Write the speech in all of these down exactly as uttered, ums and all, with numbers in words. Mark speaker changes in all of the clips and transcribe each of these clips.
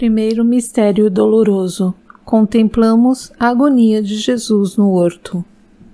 Speaker 1: Primeiro mistério doloroso. Contemplamos a agonia de Jesus no horto.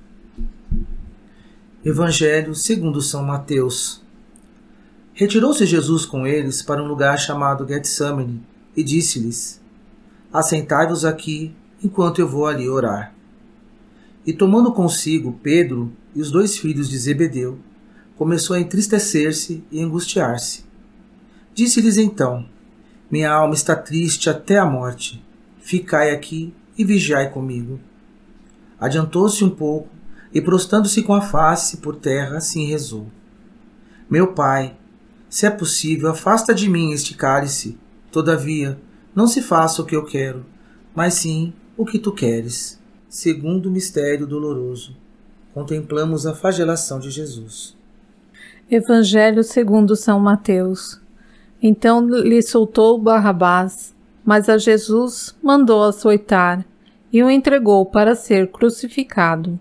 Speaker 2: Evangelho segundo São Mateus. Retirou-se Jesus com eles para um lugar chamado Getsêmani e disse-lhes: Assentai-vos aqui, enquanto eu vou ali orar. E tomando consigo Pedro e os dois filhos de Zebedeu, começou a entristecer-se e angustiar-se. Disse-lhes então: Minha alma está triste até a morte. Ficai aqui e vigiai comigo. Adiantou-se um pouco e, prostrando-se com a face por terra, assim rezou: Meu Pai, se é possível, afasta de mim este cálice. Todavia, não se faça o que eu quero, mas sim o que tu queres. Segundo mistério doloroso. Contemplamos a flagelação de Jesus.
Speaker 1: Evangelho segundo São Mateus. Então lhe soltou Barrabás, mas a Jesus mandou açoitar e o entregou para ser crucificado.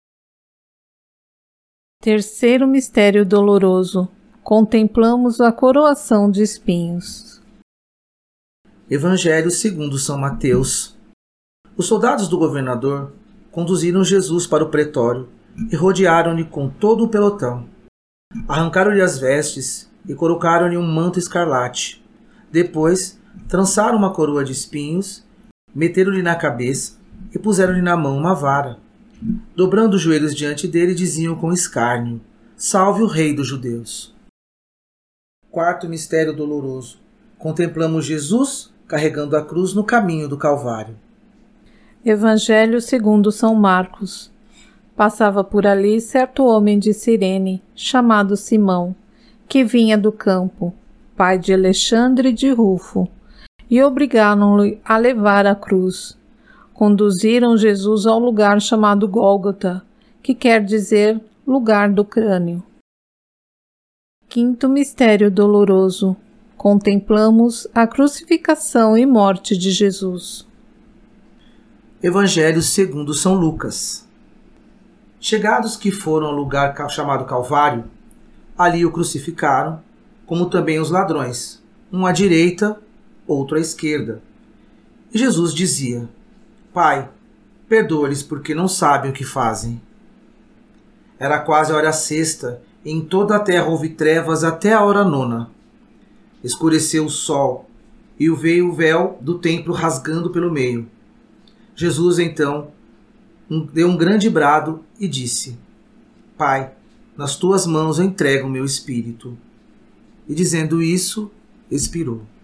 Speaker 1: Terceiro mistério doloroso. Contemplamos a coroação de espinhos.
Speaker 2: Evangelho segundo São Mateus. Os soldados do governador conduziram Jesus para o pretório e rodearam-lhe com todo o pelotão. Arrancaram-lhe as vestes e colocaram-lhe um manto escarlate. Depois, trançaram uma coroa de espinhos, meteram-lhe na cabeça e puseram-lhe na mão uma vara. Dobrando os joelhos diante dele, diziam com escárnio: Salve o Rei dos Judeus. Quarto mistério doloroso. Contemplamos Jesus carregando a cruz no caminho do Calvário.
Speaker 1: Evangelho segundo São Marcos. Passava por ali certo homem de Cirene, chamado Simão, que vinha do campo, pai de Alexandre e de Rufo, e obrigaram-lhe a levar a cruz. Conduziram Jesus ao lugar chamado Gólgota, que quer dizer lugar do crânio. Quinto mistério doloroso. Contemplamos a crucificação e morte de Jesus.
Speaker 2: Evangelho segundo São Lucas. Chegados que foram ao lugar chamado Calvário, ali o crucificaram, como também os ladrões, um à direita, outro à esquerda. E Jesus dizia: Pai, perdoa-lhes porque não sabem o que fazem. Era quase a hora sexta, e em toda a terra houve trevas até a hora nona. Escureceu o sol, e veio o véu do templo rasgando pelo meio. Jesus, então, deu um grande brado e disse: Pai, nas tuas mãos eu entrego o meu espírito. E dizendo isso, expirou.